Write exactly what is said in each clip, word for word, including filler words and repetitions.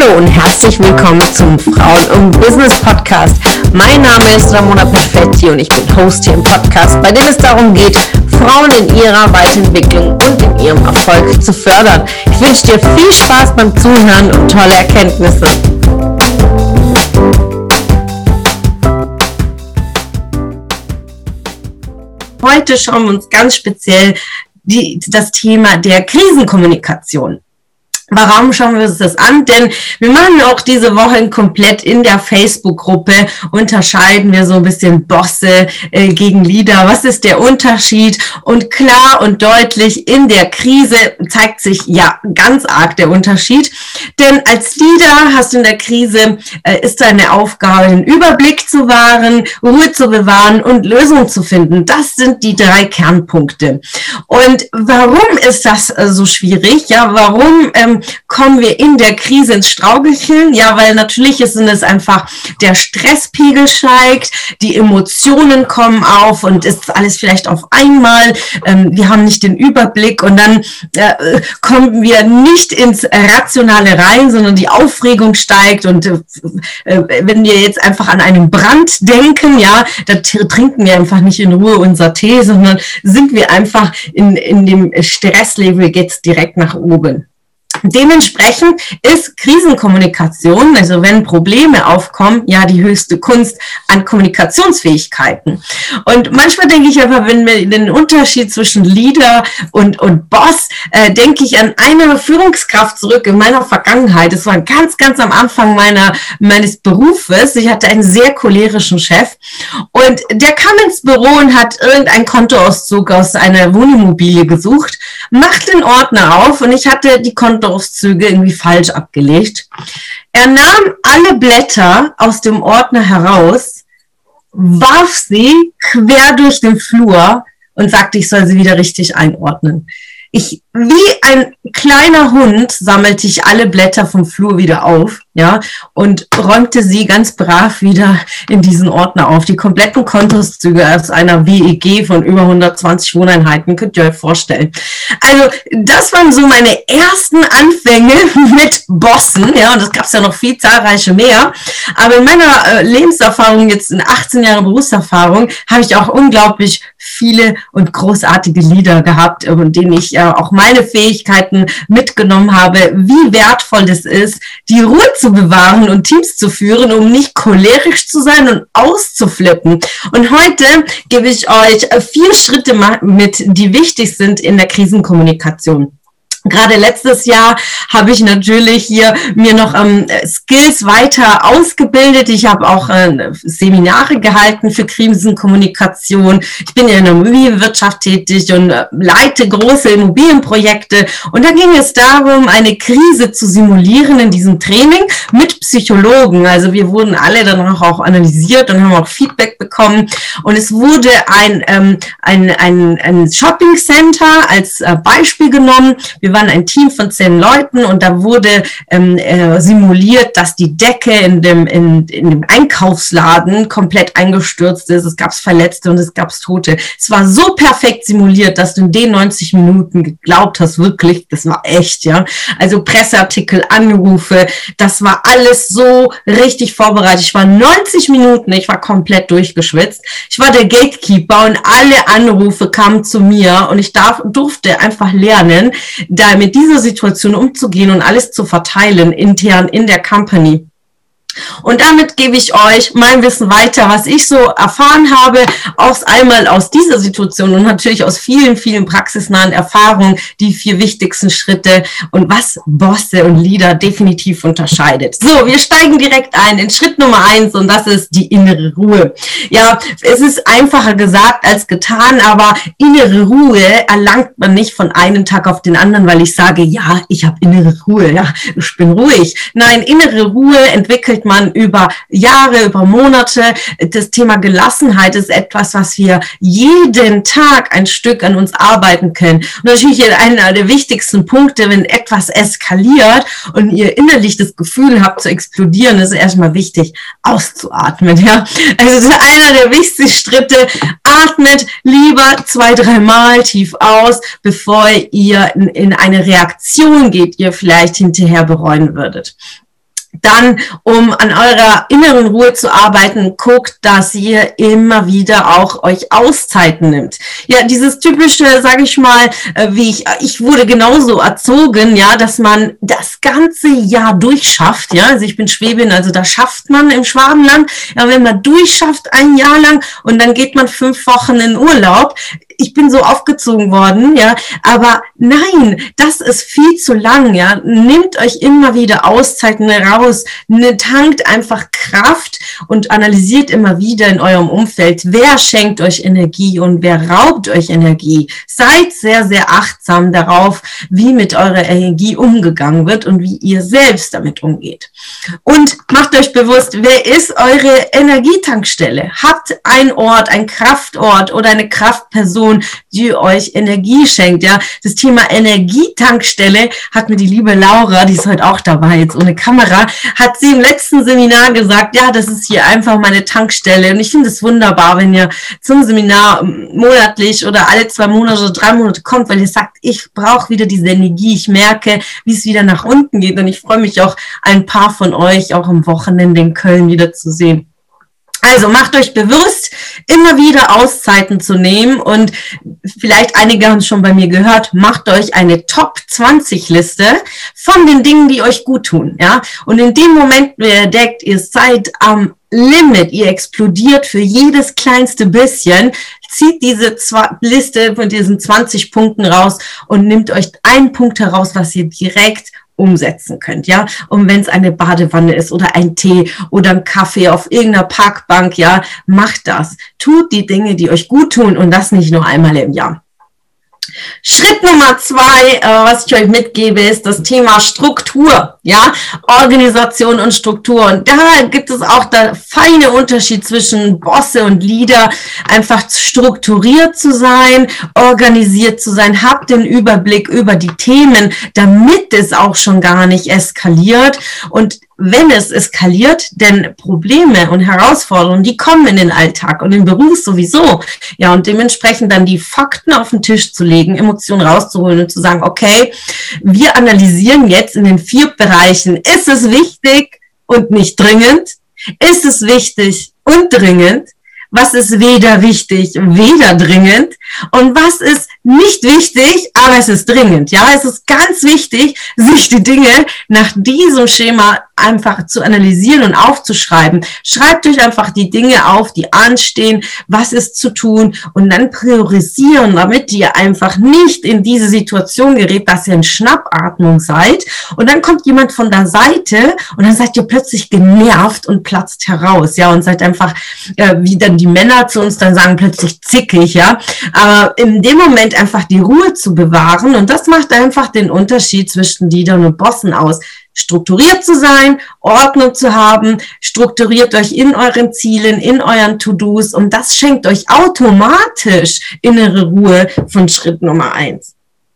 Hallo und herzlich willkommen zum Frauen und Business Podcast. Mein Name ist Ramona Perfetti und ich bin Host hier im Podcast, bei dem es darum geht, Frauen in ihrer Weiterentwicklung und in ihrem Erfolg zu fördern. Ich wünsche dir viel Spaß beim Zuhören und tolle Erkenntnisse. Heute schauen wir uns ganz speziell die, das Thema der Krisenkommunikation. Warum schauen wir uns das an? Denn wir machen auch diese Woche komplett in der Facebook-Gruppe, unterscheiden wir so ein bisschen Bosse äh, gegen Leader. Was ist der Unterschied? Und klar und deutlich, in der Krise zeigt sich ja ganz arg der Unterschied. Denn als Leader hast du in der Krise, äh, ist deine Aufgabe, den Überblick zu wahren, Ruhe zu bewahren und Lösungen zu finden. Das sind die drei Kernpunkte. Und warum ist das äh, so schwierig? Ja, warum ähm, kommen wir in der Krise ins Straucheln? Ja, weil natürlich ist es einfach, der Stresspegel steigt, die Emotionen kommen auf und ist alles vielleicht auf einmal. Ähm, wir haben nicht den Überblick und dann äh, kommen wir nicht ins Rationale rein, sondern die Aufregung steigt und äh, wenn wir jetzt einfach an einen Brand denken, ja, da trinken wir einfach nicht in Ruhe unser Tee, sondern sind wir einfach in, in dem Stresslevel, geht's direkt nach oben. Dementsprechend ist Krisenkommunikation, also wenn Probleme aufkommen, ja die höchste Kunst an Kommunikationsfähigkeiten. Und manchmal denke ich aber, wenn wir den Unterschied zwischen Leader und, und Boss, äh, denke ich an eine Führungskraft zurück in meiner Vergangenheit. Das war ganz, ganz am Anfang meiner, meines Berufes. Ich hatte einen sehr cholerischen Chef und der kam ins Büro und hat irgendeinen Kontoauszug aus einer Wohnimmobilie gesucht, macht den Ordner auf und ich hatte die Kontoauszüge irgendwie falsch abgelegt. Er nahm alle Blätter aus dem Ordner heraus, warf sie quer durch den Flur und sagte, ich soll sie wieder richtig einordnen. Ich, wie ein kleiner Hund, sammelte ich alle Blätter vom Flur wieder auf, ja, und räumte sie ganz brav wieder in diesen Ordner auf. Die kompletten Kontoauszüge aus einer W E G von über hundertzwanzig Wohneinheiten, könnt ihr euch vorstellen. Also, das waren so meine ersten Anfänge mit Bossen, ja, und es gab ja noch viel zahlreiche mehr. Aber in meiner äh, Lebenserfahrung, jetzt in achtzehn Jahren Berufserfahrung, habe ich auch unglaublich viele und großartige Leader gehabt, von denen ich ja auch meine Fähigkeiten mitgenommen habe, wie wertvoll das ist, die Ruhe zu bewahren und Teams zu führen, um nicht cholerisch zu sein und auszuflippen. Und heute gebe ich euch vier Schritte mit, die wichtig sind in der Krisenkommunikation. Gerade letztes Jahr habe ich natürlich hier mir noch ähm, Skills weiter ausgebildet. Ich habe auch äh, Seminare gehalten für Krisenkommunikation. Ich bin ja in der Immobilienwirtschaft tätig und äh, leite große Immobilienprojekte. Und da ging es darum, eine Krise zu simulieren in diesem Training mit Psychologen. Also wir wurden alle danach auch analysiert und haben auch Feedback bekommen. Und es wurde ein, ähm, ein, ein, ein Shopping Center als äh, Beispiel genommen. Wir waren ein Team von zehn Leuten und da wurde ähm, äh, simuliert, dass die Decke in dem, in, in dem Einkaufsladen komplett eingestürzt ist. Es gab Verletzte und es gab Tote. Es war so perfekt simuliert, dass du in den neunzig Minuten geglaubt hast, wirklich, das war echt, ja. Also Presseartikel, Anrufe, das war alles so richtig vorbereitet. Ich war neunzig Minuten, ich war komplett durchgeschwitzt. Ich war der Gatekeeper und alle Anrufe kamen zu mir und ich darf, durfte einfach lernen, da mit dieser Situation umzugehen und alles zu verteilen intern in der Company. Und damit gebe ich euch mein Wissen weiter, was ich so erfahren habe, aus einmal aus dieser Situation und natürlich aus vielen, vielen praxisnahen Erfahrungen, die vier wichtigsten Schritte und was Bosse und Leader definitiv unterscheidet. So, wir steigen direkt ein in Schritt Nummer eins und das ist die innere Ruhe. Ja, es ist einfacher gesagt als getan, aber innere Ruhe erlangt man nicht von einem Tag auf den anderen, weil ich sage, ja, ich habe innere Ruhe, ja, ich bin ruhig. Nein, innere Ruhe entwickelt man über Jahre, über Monate. Das Thema Gelassenheit ist etwas, was wir jeden Tag ein Stück an uns arbeiten können. Und natürlich einer der wichtigsten Punkte, wenn etwas eskaliert und ihr innerlich das Gefühl habt zu explodieren, ist erstmal wichtig, auszuatmen. Ja? Also das ist einer der wichtigsten Schritte. Atmet lieber zwei, dreimal tief aus, bevor ihr in, in eine Reaktion geht, ihr vielleicht hinterher bereuen würdet. Dann, um an eurer inneren Ruhe zu arbeiten, guckt, dass ihr immer wieder auch euch Auszeiten nimmt. Ja, dieses typische, sage ich mal, wie ich, ich wurde genauso erzogen, ja, dass man das ganze Jahr durchschafft, ja, also ich bin Schwäbin, also da schafft man im Schwabenland, ja, wenn man durchschafft ein Jahr lang und dann geht man fünf Wochen in Urlaub. Ich bin so aufgezogen worden, ja, aber nein, das ist viel zu lang, ja. Nehmt euch immer wieder Auszeiten raus, ne, tankt einfach Kraft und analysiert immer wieder in eurem Umfeld, wer schenkt euch Energie und wer raubt euch Energie. Seid sehr, sehr achtsam darauf, wie mit eurer Energie umgegangen wird und wie ihr selbst damit umgeht. Und macht euch bewusst, wer ist eure Energietankstelle? Habt ein Ort, ein Kraftort oder eine Kraftperson, die euch Energie schenkt, ja. Das Thema Energietankstelle hat mir die liebe Laura, die ist heute auch dabei, jetzt ohne Kamera, hat sie im letzten Seminar gesagt, ja, das ist hier einfach meine Tankstelle. Und ich finde es wunderbar, wenn ihr zum Seminar monatlich oder alle zwei Monate oder drei Monate kommt, weil ihr sagt, ich brauche wieder diese Energie, ich merke, wie es wieder nach unten geht. Und ich freue mich auch, ein paar von euch auch am Wochenende in Köln wieder zu sehen. Also macht euch bewusst, immer wieder Auszeiten zu nehmen und vielleicht einige haben es schon bei mir gehört, macht euch eine Top zwanzig Liste von den Dingen, die euch gut tun, ja. Und in dem Moment, wo ihr entdeckt, ihr seid am Limit, ihr explodiert für jedes kleinste bisschen, zieht diese Liste von diesen zwanzig Punkten raus und nimmt euch einen Punkt heraus, was ihr direkt umsetzen könnt, ja. Und wenn es eine Badewanne ist oder ein Tee oder ein Kaffee auf irgendeiner Parkbank, ja, macht das. Tut die Dinge, die euch gut tun und das nicht nur einmal im Jahr. Schritt Nummer zwei, äh, was ich euch mitgebe, ist das Thema Struktur, ja, Organisation und Struktur. Und da gibt es auch der feine Unterschied zwischen Bosse und Leader, einfach strukturiert zu sein, organisiert zu sein, habt den Überblick über die Themen, damit es auch schon gar nicht eskaliert. Und wenn es eskaliert, denn Probleme und Herausforderungen, die kommen in den Alltag und im Beruf sowieso. Ja, und dementsprechend dann die Fakten auf den Tisch zu legen, Emotionen rauszuholen und zu sagen, okay, wir analysieren jetzt in den vier Bereichen, ist es wichtig und nicht dringend? Ist es wichtig und dringend? Was ist weder wichtig, weder dringend? Und was ist nicht wichtig, aber es ist dringend? Ja, es ist ganz wichtig, sich die Dinge nach diesem Schema einfach zu analysieren und aufzuschreiben. Schreibt euch einfach die Dinge auf, die anstehen, was ist zu tun und dann priorisieren, damit ihr einfach nicht in diese Situation gerät, dass ihr in Schnappatmung seid und dann kommt jemand von der Seite und dann seid ihr plötzlich genervt und platzt heraus, ja, und seid einfach, äh, wie dann die Männer zu uns dann sagen, plötzlich zickig, ja, aber in dem Moment einfach die Ruhe zu bewahren und das macht einfach den Unterschied zwischen Leadern und Bossen aus. Strukturiert zu sein, Ordnung zu haben, strukturiert euch in euren Zielen, in euren To-Dos und das schenkt euch automatisch innere Ruhe von Schritt Nummer eins.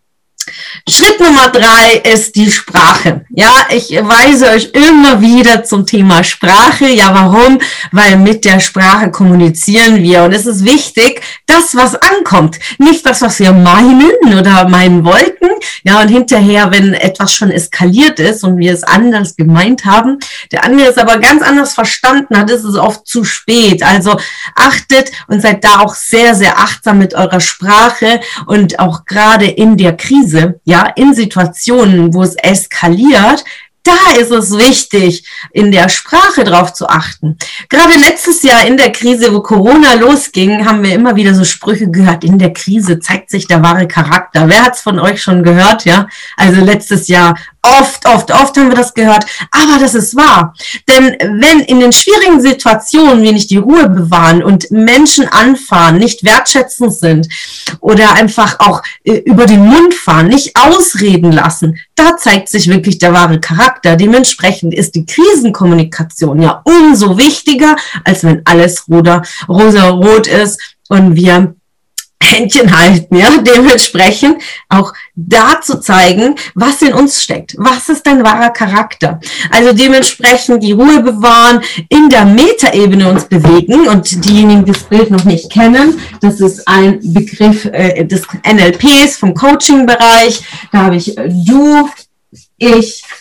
Schritt Nummer drei ist die Sprache. Ja, ich weise euch immer wieder zum Thema Sprache. Ja, warum? Weil mit der Sprache kommunizieren wir und es ist wichtig, das, was ankommt. Nicht das, was wir meinen oder meinen wollten. Ja, und hinterher, wenn etwas schon eskaliert ist und wir es anders gemeint haben, der andere es aber ganz anders verstanden hat, ist es oft zu spät. Also achtet und seid da auch sehr, sehr achtsam mit eurer Sprache und auch gerade in der Krise. Ja, in Situationen, wo es eskaliert, da ist es wichtig, in der Sprache drauf zu achten. Gerade letztes Jahr in der Krise, wo Corona losging, haben wir immer wieder so Sprüche gehört, in der Krise zeigt sich der wahre Charakter. Wer hat es von euch schon gehört? Ja, also letztes Jahr oft, oft, oft haben wir das gehört, aber das ist wahr. Denn wenn in den schwierigen Situationen wir nicht die Ruhe bewahren und Menschen anfahren, nicht wertschätzend sind oder einfach auch äh, über den Mund fahren, nicht ausreden lassen, da zeigt sich wirklich der wahre Charakter. Dementsprechend ist die Krisenkommunikation ja umso wichtiger, als wenn alles rosa, rosa-rot ist und wir Händchen halten, ja, dementsprechend auch da zu zeigen, was in uns steckt. Was ist dein wahrer Charakter? Also dementsprechend die Ruhe bewahren, in der Metaebene uns bewegen und diejenigen, die das Bild noch nicht kennen, das ist ein Begriff äh, des N L Ps vom Coaching-Bereich. Da habe ich äh, du, ich,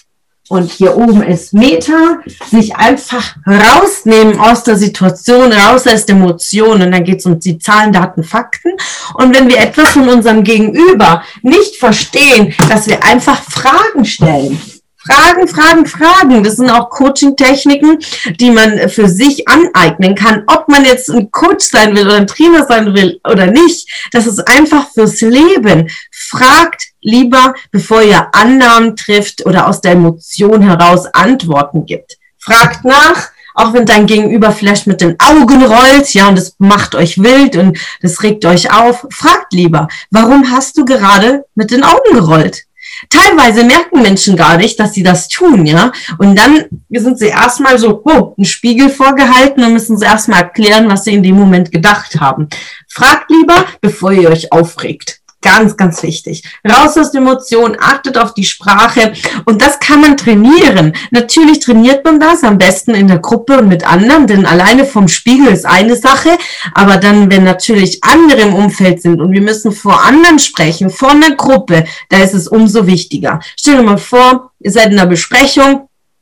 und hier oben ist Meta, sich einfach rausnehmen aus der Situation, raus aus der Emotion und dann geht es um die Zahlen, Daten, Fakten. Und wenn wir etwas von unserem Gegenüber nicht verstehen, dass wir einfach Fragen stellen. Fragen, Fragen, Fragen. Das sind auch Coaching-Techniken, die man für sich aneignen kann. Ob man jetzt ein Coach sein will oder ein Trainer sein will oder nicht, das ist einfach fürs Leben. Fragt lieber, bevor ihr Annahmen trifft oder aus der Emotion heraus Antworten gibt. Fragt nach, auch wenn dein Gegenüber vielleicht mit den Augen rollt, ja, und das macht euch wild und das regt euch auf. Fragt lieber, warum hast du gerade mit den Augen gerollt? Teilweise merken Menschen gar nicht, dass sie das tun, ja. Und dann sind sie erstmal so, oh, ein Spiegel vorgehalten und müssen sie erstmal erklären, was sie in dem Moment gedacht haben. Fragt lieber, bevor ihr euch aufregt. Ganz, ganz wichtig. Raus aus der Emotion, achtet auf die Sprache und das kann man trainieren. Natürlich trainiert man das am besten in der Gruppe und mit anderen, denn alleine vom Spiegel ist eine Sache, aber dann, wenn natürlich andere im Umfeld sind und wir müssen vor anderen sprechen, vor einer Gruppe, da ist es umso wichtiger. Stell dir mal vor, ihr seid in einer Besprechung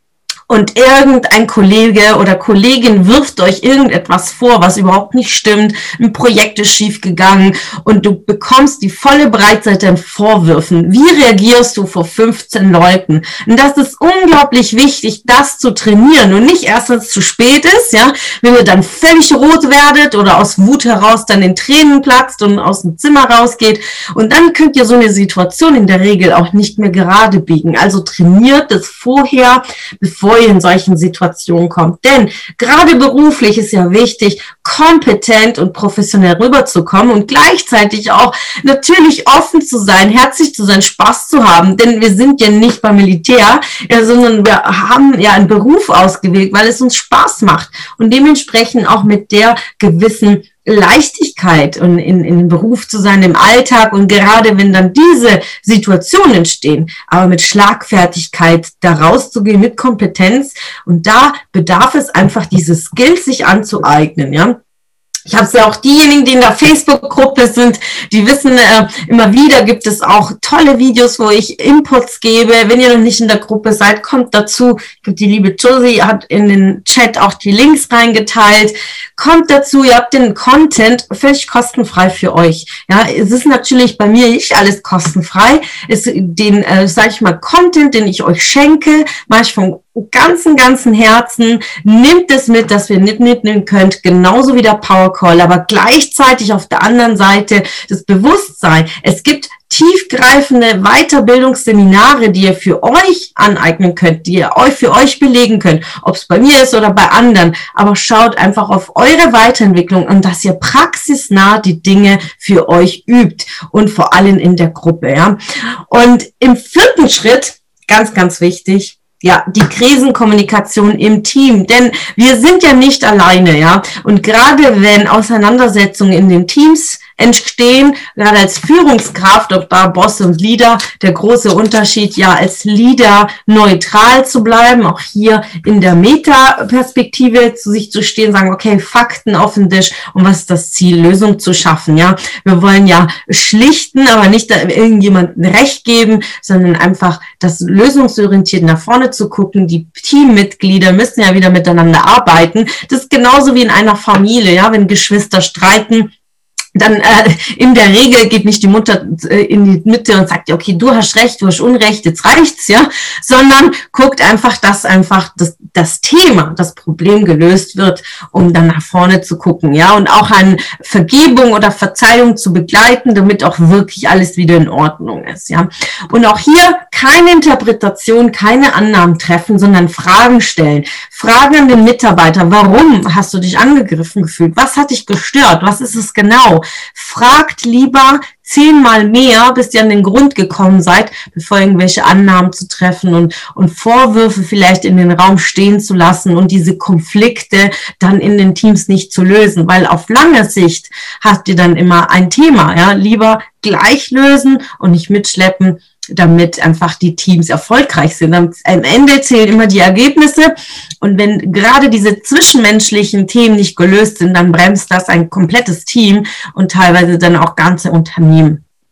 und irgendein Kollege oder Kollegin wirft euch irgendetwas vor, was überhaupt nicht stimmt, ein Projekt ist schiefgegangen und du bekommst die volle Breitseite an Vorwürfen. Wie reagierst du vor fünfzehn Leuten? Und das ist unglaublich wichtig, das zu trainieren und nicht erst, wenn es zu spät ist, ja, wenn ihr dann völlig rot werdet oder aus Wut heraus dann in Tränen platzt und aus dem Zimmer rausgeht und dann könnt ihr so eine Situation in der Regel auch nicht mehr gerade biegen. Also trainiert es vorher, bevor ihr in solchen Situationen kommt. Denn gerade beruflich ist ja wichtig, kompetent und professionell rüberzukommen und gleichzeitig auch natürlich offen zu sein, herzlich zu sein, Spaß zu haben. Denn wir sind ja nicht beim Militär, ja, sondern wir haben ja einen Beruf ausgewählt, weil es uns Spaß macht. Und dementsprechend auch mit der gewissen Leichtigkeit und in, in dem Beruf zu sein, im Alltag und gerade wenn dann diese Situationen entstehen, aber mit Schlagfertigkeit da rauszugehen, mit Kompetenz und da bedarf es einfach diese Skills sich anzueignen, ja. Ich habe es ja auch diejenigen, die in der Facebook-Gruppe sind, die wissen, äh, immer wieder gibt es auch tolle Videos, wo ich Inputs gebe. Wenn ihr noch nicht in der Gruppe seid, kommt dazu. Die liebe Josie hat in den Chat auch die Links reingeteilt. Kommt dazu, ihr habt den Content völlig kostenfrei für euch. Ja, es ist natürlich bei mir nicht alles kostenfrei. Es, den, äh, sage ich mal, Content, den ich euch schenke, mache ich vom ganzen, ganzen Herzen. Nehmt es mit, dass ihr nicht mitnehmen könnt, genauso wie der Power Call, aber gleichzeitig auf der anderen Seite das Bewusstsein. Es gibt tiefgreifende Weiterbildungsseminare, die ihr für euch aneignen könnt, die ihr euch für euch belegen könnt, ob es bei mir ist oder bei anderen. Aber schaut einfach auf eure Weiterentwicklung und dass ihr praxisnah die Dinge für euch übt und vor allem in der Gruppe. Ja. Und im vierten Schritt, ganz, ganz wichtig, ja, die Krisenkommunikation im Team, denn wir sind ja nicht alleine, ja, und gerade wenn Auseinandersetzungen in den Teams entstehen, gerade als Führungskraft, ob da Boss und Leader, der große Unterschied, ja, als Leader neutral zu bleiben, auch hier in der Meta-Perspektive zu sich zu stehen, sagen, okay, Fakten auf den Tisch und was ist das Ziel, Lösung zu schaffen, ja. Wir wollen ja schlichten, aber nicht irgendjemandem Recht geben, sondern einfach das lösungsorientiert nach vorne zu gucken. Die Teammitglieder müssen ja wieder miteinander arbeiten. Das ist genauso wie in einer Familie, ja, wenn Geschwister streiten, dann äh, in der Regel geht nicht die Mutter äh, in die Mitte und sagt, ja, okay, du hast recht, du hast Unrecht, jetzt reicht's, ja, sondern guckt einfach, dass einfach das, das Thema, das Problem gelöst wird, um dann nach vorne zu gucken, ja, und auch an Vergebung oder Verzeihung zu begleiten, damit auch wirklich alles wieder in Ordnung ist, ja. Und auch hier keine Interpretation, keine Annahmen treffen, sondern Fragen stellen. Fragen an den Mitarbeiter, warum hast du dich angegriffen gefühlt? Was hat dich gestört? Was ist es genau? Fragt lieber zehnmal mehr, bis ihr an den Grund gekommen seid, bevor irgendwelche Annahmen zu treffen und, und Vorwürfe vielleicht in den Raum stehen zu lassen und diese Konflikte dann in den Teams nicht zu lösen, weil auf lange Sicht habt ihr dann immer ein Thema, ja, lieber gleich lösen und nicht mitschleppen, damit einfach die Teams erfolgreich sind. Am Ende zählen immer die Ergebnisse und wenn gerade diese zwischenmenschlichen Themen nicht gelöst sind, dann bremst das ein komplettes Team und teilweise dann auch ganze Unternehmen.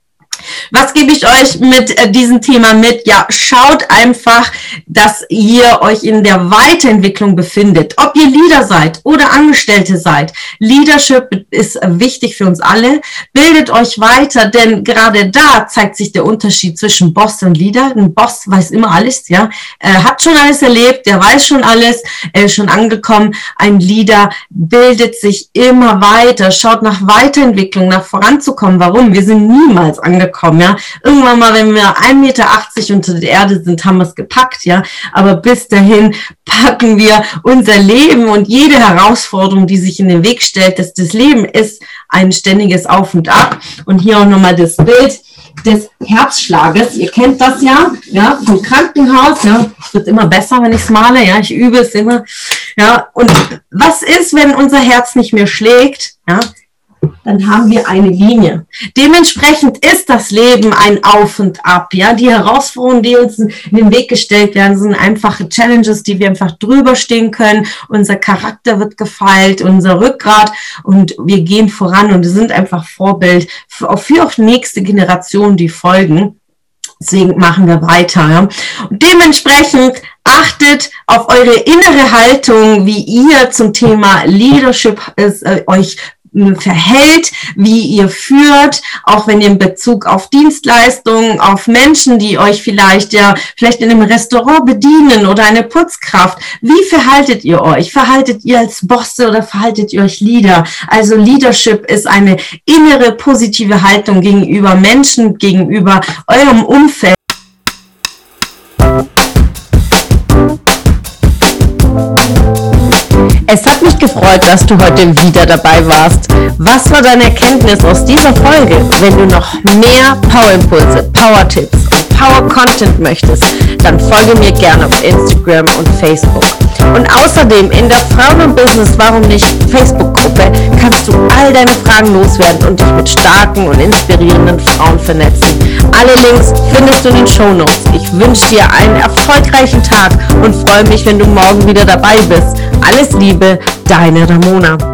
Was gebe ich euch mit äh, diesem Thema mit? Ja, schaut einfach, dass ihr euch in der Weiterentwicklung befindet. Ob ihr Leader seid oder Angestellte seid. Leadership ist äh, wichtig für uns alle. Bildet euch weiter, denn gerade da zeigt sich der Unterschied zwischen Boss und Leader. Ein Boss weiß immer alles, ja. Er hat schon alles erlebt, der weiß schon alles, er ist schon angekommen. Ein Leader bildet sich immer weiter, schaut nach Weiterentwicklung, nach voranzukommen. Warum? Wir sind niemals angekommen. Kommen, ja. Irgendwann mal, wenn wir ein Meter achtzig unter der Erde sind, haben wir es gepackt, ja. Aber bis dahin packen wir unser Leben und jede Herausforderung, die sich in den Weg stellt, dass das Leben ist ein ständiges Auf und Ab. Und hier auch nochmal das Bild des Herzschlages. Ihr kennt das ja, ja, vom Krankenhaus, ja. Es wird immer besser, wenn ich es male, ja. Ich übe es immer, ja. Und was ist, wenn unser Herz nicht mehr schlägt, ja? Dann haben wir eine Linie. Dementsprechend ist das Leben ein Auf und Ab. Ja, die Herausforderungen, die uns in den Weg gestellt werden, sind einfache Challenges, die wir einfach drüber stehen können. Unser Charakter wird gefeilt, unser Rückgrat und wir gehen voran und sind einfach Vorbild für, für auch nächste Generationen, die folgen. Deswegen machen wir weiter. Ja. Und dementsprechend achtet auf eure innere Haltung, wie ihr zum Thema Leadership ist, äh, euch verhält, wie ihr führt, auch wenn ihr in Bezug auf Dienstleistungen, auf Menschen, die euch vielleicht ja vielleicht in einem Restaurant bedienen oder eine Putzkraft. Wie verhaltet ihr euch? Verhaltet ihr als Bosse oder verhaltet ihr euch Leader? Also Leadership ist eine innere positive Haltung gegenüber Menschen, gegenüber eurem Umfeld. Es hat mich gefreut, dass du heute wieder dabei warst. Was war deine Erkenntnis aus dieser Folge? Wenn du noch mehr Power-Impulse, Power-Tipps und Power-Content möchtest, dann folge mir gerne auf Instagram und Facebook. Und außerdem in der Frauen und Business Warum nicht Facebook-Gruppe kannst du all deine Fragen loswerden und dich mit starken und inspirierenden Frauen vernetzen. Alle Links findest du in den Shownotes. Ich wünsche dir einen erfolgreichen Tag und freue mich, wenn du morgen wieder dabei bist. Alles Liebe, deine Ramona.